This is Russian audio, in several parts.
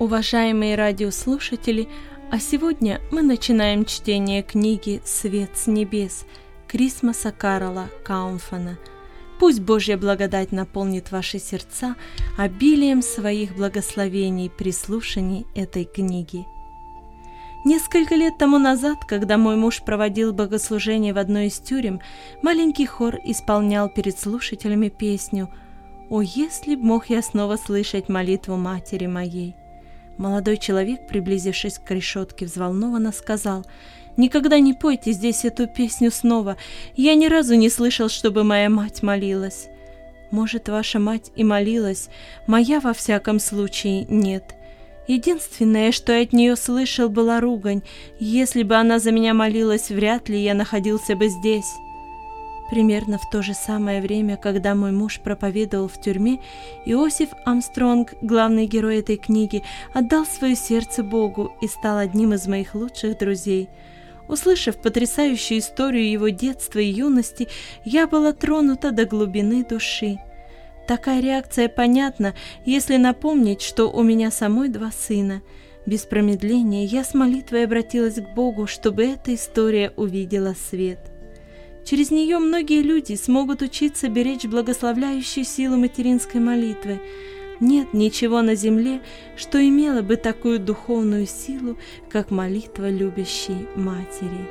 Уважаемые радиослушатели, а сегодня мы начинаем чтение книги «Свет с небес» Крисмоса Карола Кауфмана. Пусть Божья благодать наполнит ваши сердца обилием своих благословений при слушании этой книги. Несколько лет тому назад, когда мой муж проводил богослужение в одной из тюрем, маленький хор исполнял перед слушателями песню «О, если б мог я снова слышать молитву матери моей». Молодой человек, приблизившись к решетке, взволнованно сказал: «Никогда не пойте здесь эту песню снова. Я ни разу не слышал, чтобы моя мать молилась». «Может, ваша мать и молилась, моя во всяком случае нет. Единственное, что я от нее слышал, была ругань. Если бы она за меня молилась, вряд ли я находился бы здесь». Примерно в то же самое время, когда мой муж проповедовал в тюрьме, Иосиф Армстронг, главный герой этой книги, отдал свое сердце Богу и стал одним из моих лучших друзей. Услышав потрясающую историю его детства и юности, я была тронута до глубины души. Такая реакция понятна, если напомнить, что у меня самой 2 сына. Без промедления я с молитвой обратилась к Богу, чтобы эта история увидела свет. Через нее многие люди смогут учиться беречь благословляющую силу материнской молитвы. Нет ничего на земле, что имело бы такую духовную силу, как молитва любящей матери.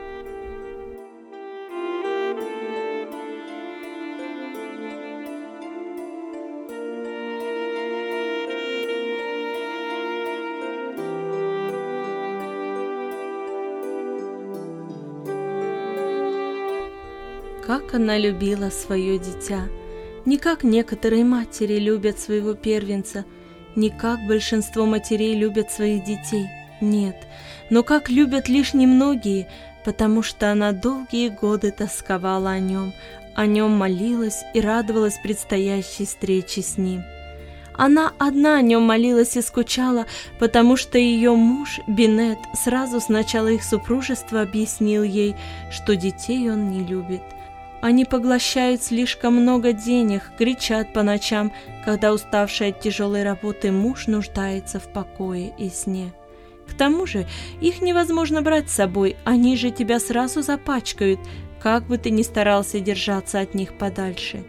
Как она любила свое дитя! Не как некоторые матери любят своего первенца, не как большинство матерей любят своих детей, нет, но как любят лишь немногие, потому что она долгие годы тосковала о нем молилась и радовалась предстоящей встрече с ним. Она одна о нем молилась и скучала, потому что ее муж Беннет сразу с начала их супружества объяснил ей, что детей он не любит. Они поглощают слишком много денег, кричат по ночам, когда уставший от тяжелой работы муж нуждается в покое и сне. К тому же их невозможно брать с собой, они же тебя сразу запачкают, как бы ты ни старался держаться от них подальше.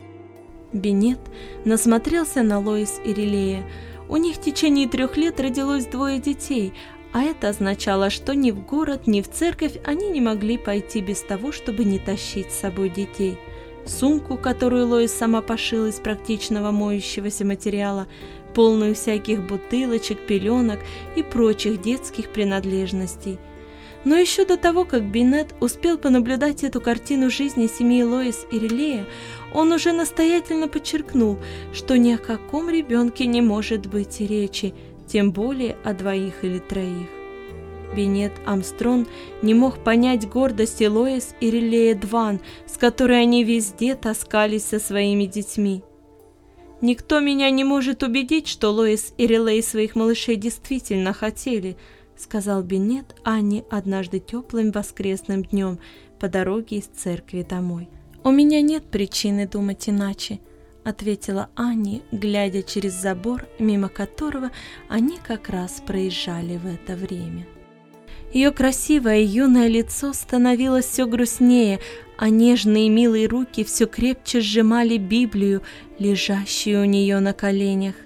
Беннет насмотрелся на Лоис и Рилея. У них в течение 3 лет родилось 2 детей, а это означало, что ни в город, ни в церковь они не могли пойти без того, чтобы не тащить с собой детей. Сумку, которую Лоис сама пошила из практичного моющегося материала, полную всяких бутылочек, пеленок и прочих детских принадлежностей. Но еще до того, как Беннет успел понаблюдать эту картину жизни семьи Лоис и Рилея, он уже настоятельно подчеркнул, что ни о каком ребенке не может быть и речи, тем более о 2 или 3. Беннет Армстронг не мог понять гордости Лоис и Рилея Дван, с которой они везде таскались со своими детьми. «Никто меня не может убедить, что Лоис и Рилей своих малышей действительно хотели», сказал Беннет Анне однажды теплым воскресным днем по дороге из церкви домой. «У меня нет причины думать иначе», ответила Анне, глядя через забор, мимо которого они как раз проезжали в это время. Ее красивое юное лицо становилось все грустнее, а нежные милые руки все крепче сжимали Библию, лежащую у нее на коленях.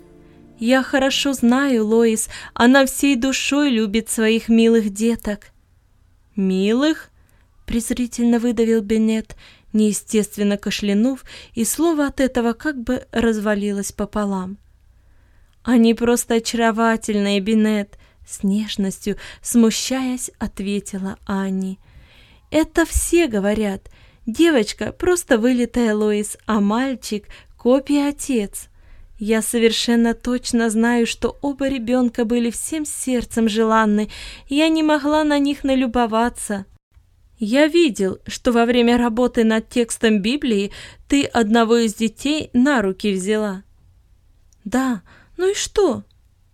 «Я хорошо знаю Лоис, она всей душой любит своих милых деток». «Милых?» – презрительно выдавил Беннет, неестественно кашлянув, и слово от этого как бы развалилось пополам. «Они просто очаровательные, Беннет», — с нежностью, смущаясь, ответила Анни. «Это все говорят. Девочка просто вылитая Лоис, а мальчик — копия отец. Я совершенно точно знаю, что оба ребенка были всем сердцем желанны, и я не могла на них налюбоваться. Я видел, что во время работы над текстом Библии ты одного из детей на руки взяла». «Да, ну и что?»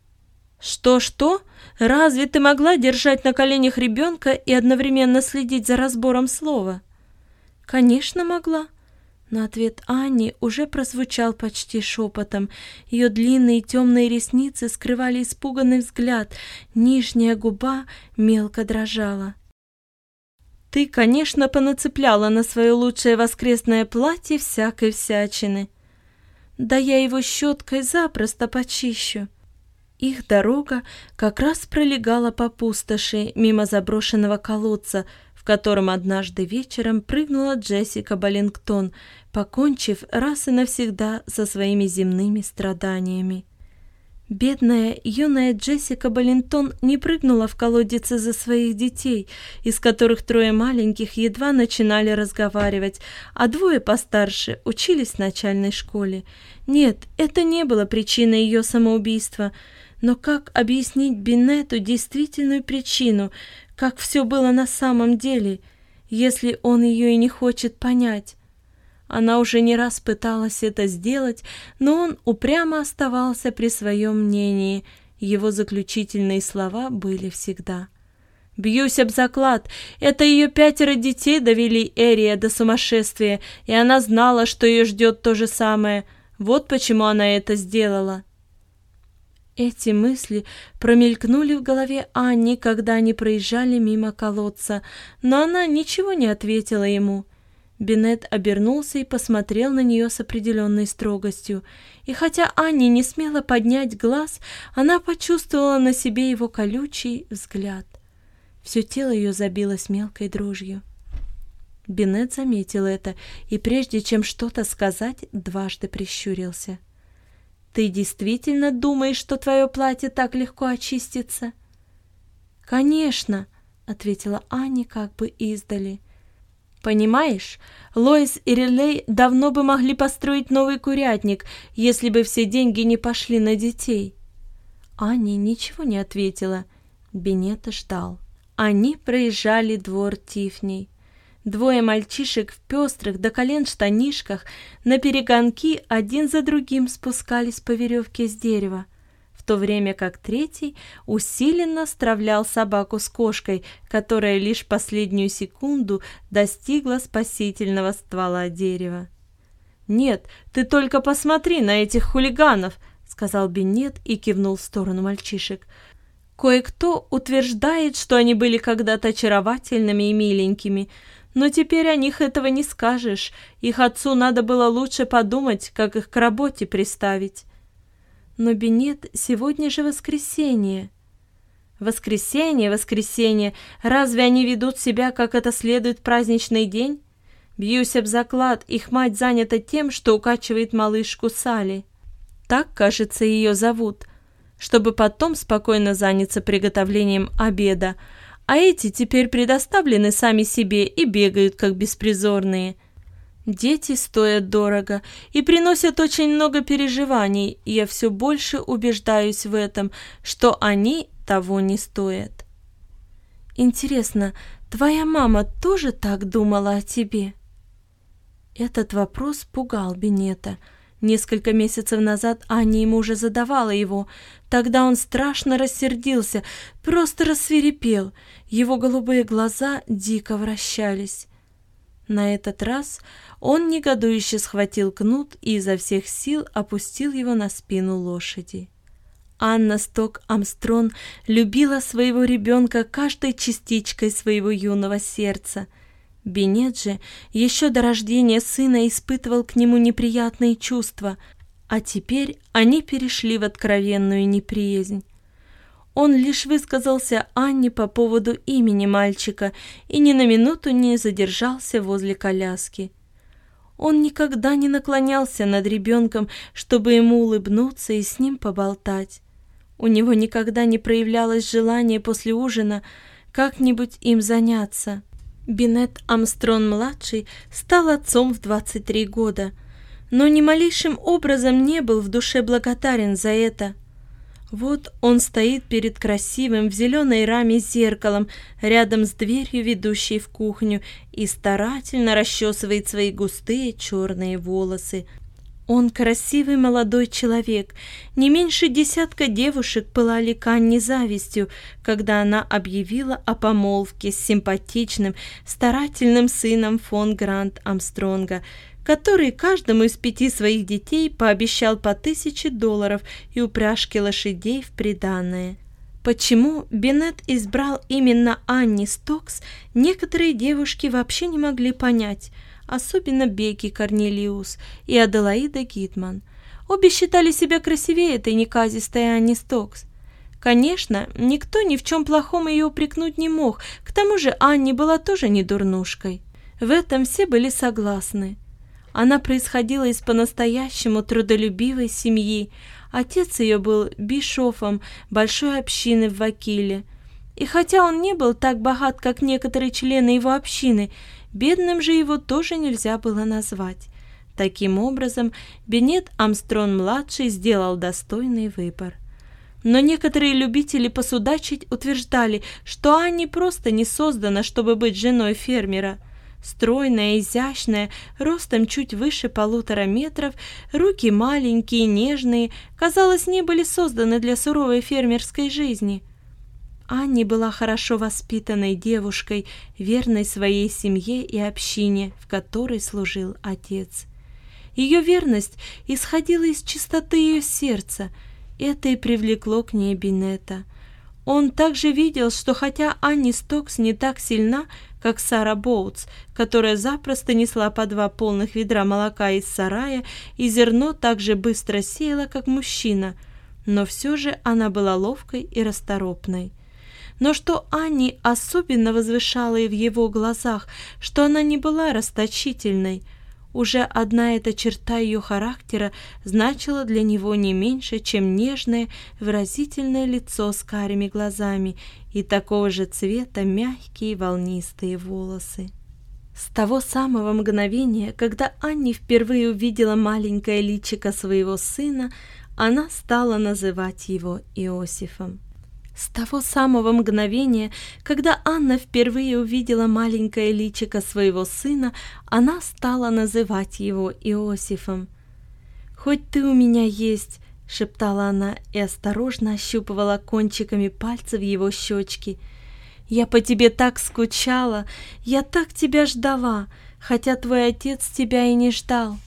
«Что-что? Разве ты могла держать на коленях ребенка и одновременно следить за разбором слова?» «Конечно могла. Но ответ Анни уже прозвучал почти шепотом. Ее длинные темные ресницы скрывали испуганный взгляд, нижняя губа мелко дрожала. «Ты, конечно, понацепляла на свое лучшее воскресное платье всякой всячины. Да я его щеткой запросто почищу». Их дорога как раз пролегала по пустоши мимо заброшенного колодца, в котором однажды вечером прыгнула Джессика Баллингтон, покончив раз и навсегда со своими земными страданиями. Бедная юная Джессика Баллингтон не прыгнула в колодец из-за своих детей, из которых 3 маленьких едва начинали разговаривать, а 2 постарше учились в начальной школе. Нет, это не было причиной ее самоубийства. Но как объяснить Биннету действительную причину, как все было на самом деле, если он ее и не хочет понять? Она уже не раз пыталась это сделать, но он упрямо оставался при своем мнении. Его заключительные слова были всегда: «Бьюсь об заклад, это ее 5 детей довели Эрия до сумасшествия, и она знала, что ее ждет то же самое. Вот почему она это сделала». Эти мысли промелькнули в голове Анни, когда они проезжали мимо колодца, но она ничего не ответила ему. Биннет обернулся и посмотрел на нее с определенной строгостью, и хотя Анни не смела поднять глаз, она почувствовала на себе его колючий взгляд. Все тело ее забилось мелкой дрожью. Биннет заметил это, и прежде чем что-то сказать, дважды прищурился. «Ты действительно думаешь, что твое платье так легко очистится?» «Конечно», — ответила Анни как бы издали. «Понимаешь, Лоис и Рилей давно бы могли построить новый курятник, если бы все деньги не пошли на детей». Анни ничего не ответила. Биннет ждал. Они проезжали двор Тифни. 2 мальчишек в пестрых до колен штанишках наперегонки один за другим спускались по веревке с дерева, в то время как 3 усиленно стравлял собаку с кошкой, которая лишь последнюю секунду достигла спасительного ствола дерева. «Нет, ты только посмотри на этих хулиганов!» — сказал Биннет и кивнул в сторону мальчишек. «Кое-кто утверждает, что они были когда-то очаровательными и миленькими, но теперь о них этого не скажешь. Их отцу надо было лучше подумать, как их к работе приставить». «Но, Биннет, сегодня же воскресенье». «Воскресенье, воскресенье! Разве они ведут себя, как это следует в праздничный день? Бьюсь об заклад, их мать занята тем, что укачивает малышку Салли. Так, кажется, ее зовут, чтобы потом спокойно заняться приготовлением обеда. А эти теперь предоставлены сами себе и бегают, как беспризорные. Дети стоят дорого и приносят очень много переживаний, и я все больше убеждаюсь в этом, что они того не стоят». «Интересно, твоя мама тоже так думала о тебе?» Этот вопрос пугал Биннета. Несколько месяцев назад Анни ему уже задавала его. Тогда он страшно рассердился, просто рассвирепел. Его голубые глаза дико вращались. На этот раз он негодующе схватил кнут и изо всех сил опустил его на спину лошади. Анна Сток-Армстронг любила своего ребенка каждой частичкой своего юного сердца. Биннет же еще до рождения сына испытывал к нему неприятные чувства, а теперь они перешли в откровенную неприязнь. Он лишь высказался Анне по поводу имени мальчика и ни на минуту не задержался возле коляски. Он никогда не наклонялся над ребенком, чтобы ему улыбнуться и с ним поболтать. У него никогда не проявлялось желание после ужина как-нибудь им заняться. Биннет Армстронг-младший стал отцом в 23 года, но ни малейшим образом не был в душе благодарен за это. Вот он стоит перед красивым в зеленой раме зеркалом рядом с дверью, ведущей в кухню, и старательно расчесывает свои густые черные волосы. Он красивый молодой человек. Не меньше 10 девушек пылали к Анне завистью, когда она объявила о помолвке с симпатичным, старательным сыном фон Грант Армстронга, который каждому из 5 своих детей пообещал по $1000 и упряжки лошадей в приданое. Почему Беннет избрал именно Анни Стокс, некоторые девушки вообще не могли понять, особенно Бекки Корнелиус и Аделаида Гитман. Обе считали себя красивее этой неказистой Анни Стокс. Конечно, никто ни в чем плохом ее упрекнуть не мог, к тому же Анни была тоже не дурнушкой. В этом все были согласны. Она происходила из по-настоящему трудолюбивой семьи. Отец ее был бишофом большой общины в Вакиле. И хотя он не был так богат, как некоторые члены его общины, бедным же его тоже нельзя было назвать. Таким образом, Беннет Армстронг-младший сделал достойный выбор. Но некоторые любители посудачить утверждали, что Анни просто не создана, чтобы быть женой фермера. Стройная, изящная, ростом чуть выше 1,5 метра, руки маленькие, нежные, казалось, не были созданы для суровой фермерской жизни. Анни была хорошо воспитанной девушкой, верной своей семье и общине, в которой служил отец. Ее верность исходила из чистоты ее сердца. Это и привлекло к ней Беннета. Он также видел, что хотя Анни Стокс не так сильна, как Сара Боутс, которая запросто несла по 2 полных ведра молока из сарая и зерно так же быстро сеяла, как мужчина, но все же она была ловкой и расторопной. Но что Анни особенно возвышало и в его глазах, что она не была расточительной. Уже одна эта черта ее характера значила для него не меньше, чем нежное, выразительное лицо с карими глазами и такого же цвета мягкие волнистые волосы. С того самого мгновения, когда Анни впервые увидела маленькое личико своего сына, она стала называть его Иосифом. С того самого мгновения, когда Анна впервые увидела маленькое личико своего сына, она стала называть его Иосифом. «Хоть ты у меня есть», — шептала она и осторожно ощупывала кончиками пальцев его щечки. «Я по тебе так скучала, я так тебя ждала, хотя твой отец тебя и не ждал».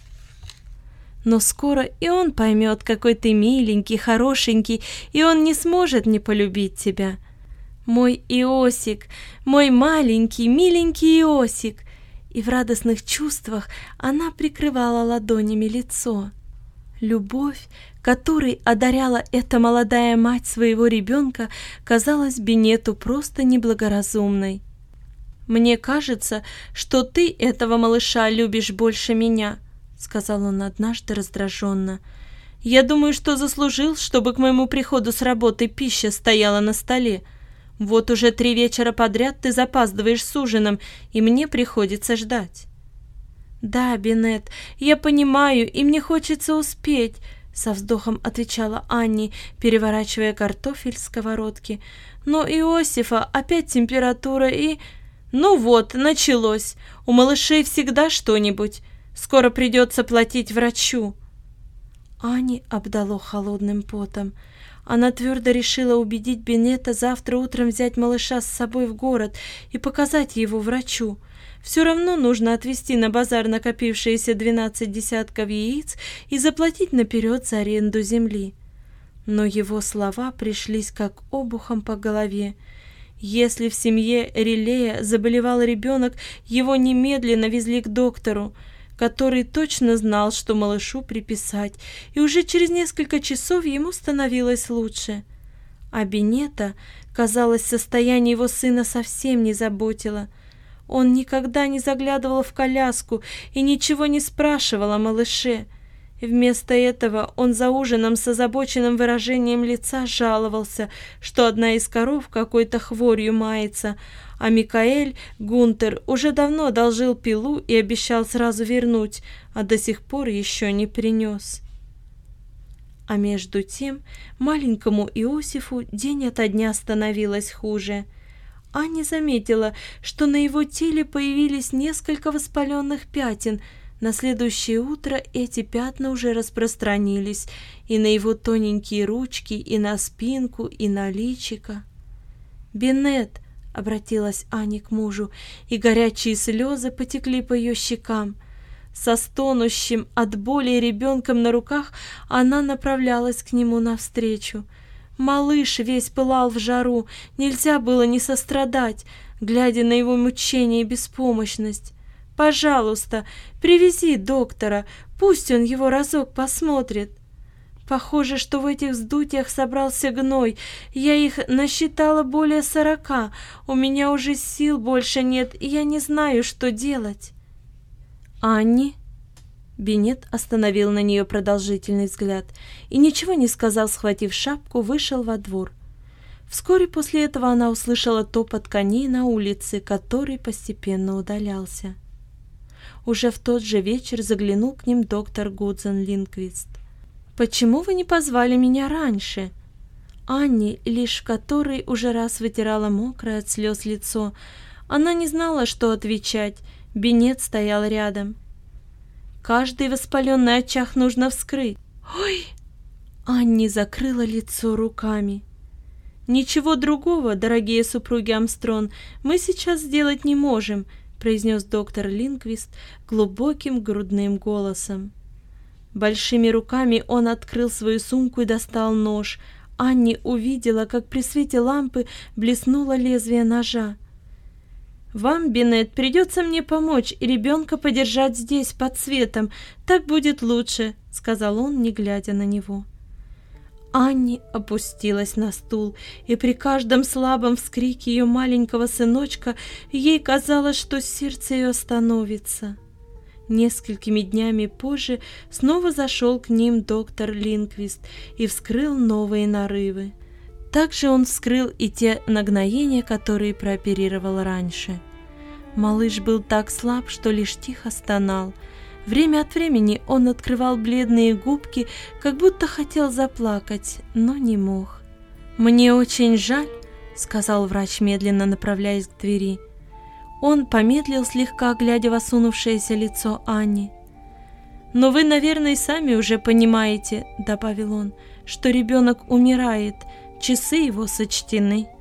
Но скоро и он поймет, какой ты миленький, хорошенький, и он не сможет не полюбить тебя. Мой Иосик, мой маленький, миленький Иосик. И в радостных чувствах она прикрывала ладонями лицо. Любовь, которой одаряла эта молодая мать своего ребенка, казалась Беннету просто неблагоразумной. «Мне кажется, что ты этого малыша любишь больше меня», — сказал он однажды раздраженно. «Я думаю, что заслужил, чтобы к моему приходу с работы пища стояла на столе. Вот уже 3 вечера подряд ты запаздываешь с ужином, и мне приходится ждать». «Да, Беннет, я понимаю, и мне хочется успеть», — со вздохом отвечала Анни, переворачивая картофель в сковородке. «Но Иосифа опять температура и...» «Ну вот, началось. У малышей всегда что-нибудь. Скоро придется платить врачу». Анни обдало холодным потом. Она твердо решила убедить Беннета завтра утром взять малыша с собой в город и показать его врачу. Все равно нужно отвезти на базар накопившиеся 12 десятков яиц и заплатить наперед за аренду земли. Но его слова пришлись как обухом по голове. Если в семье Рилея заболевал ребенок, его немедленно везли к доктору, который точно знал, что малышу приписать, и уже через несколько часов ему становилось лучше. А Беннета, казалось, состояние его сына совсем не заботило. Он никогда не заглядывал в коляску и ничего не спрашивал о малыше. Вместо этого он за ужином с озабоченным выражением лица жаловался, что одна из коров какой-то хворью мается, а Микаэль Гунтер уже давно одолжил пилу и обещал сразу вернуть, а до сих пор еще не принес. А между тем маленькому Иосифу день ото дня становилось хуже. Аня заметила, что на его теле появились несколько воспаленных пятен. На следующее утро эти пятна уже распространились и на его тоненькие ручки, и на спинку, и на личико. «Беннет», — обратилась Аня к мужу, и горячие слезы потекли по ее щекам, Со стонущим от боли ребенком на руках она направлялась к нему навстречу. Малыш весь пылал в жару, нельзя было не сострадать, глядя на его мучение и беспомощность. «Пожалуйста, привези доктора, пусть он его разок посмотрит». Похоже, что в этих вздутиях собрался гной. Я их насчитала более 40. У меня уже сил больше нет, и я не знаю, что делать. «Анни?» Беннет остановил на нее продолжительный взгляд и, ничего не сказав, схватив шапку, вышел во двор. Вскоре после этого она услышала топот коней на улице, который постепенно удалялся. Уже в тот же вечер заглянул к ним доктор Гудзен Линквист. «Почему вы не позвали меня раньше?» Анни, лишь в которой уже раз вытирала мокрое от слез лицо. Она не знала, что отвечать. Беннет стоял рядом. «Каждый воспаленный очаг нужно вскрыть». «Ой!» Анни закрыла лицо руками. «Ничего другого, дорогие супруги Армстронг, мы сейчас сделать не можем», произнес доктор Линквист глубоким грудным голосом. Большими руками он открыл свою сумку и достал нож. Анни увидела, как при свете лампы блеснуло лезвие ножа. «Вам, Беннет, придется мне помочь и ребенка подержать здесь, под светом. Так будет лучше», — сказал он, не глядя на него. Анни опустилась на стул, и при каждом слабом вскрике ее маленького сыночка ей казалось, что сердце ее остановится. Несколькими днями позже снова зашел к ним доктор Линквист и вскрыл новые нарывы. Также он вскрыл и те нагноения, которые прооперировал раньше. Малыш был так слаб, что лишь тихо стонал. Время от времени он открывал бледные губки, как будто хотел заплакать, но не мог. «Мне очень жаль», — сказал врач, медленно направляясь к двери. Он помедлил слегка, глядя в осунувшееся лицо Анни. «Но вы, наверное, сами уже понимаете», — добавил он, — «что ребенок умирает, часы его сочтены».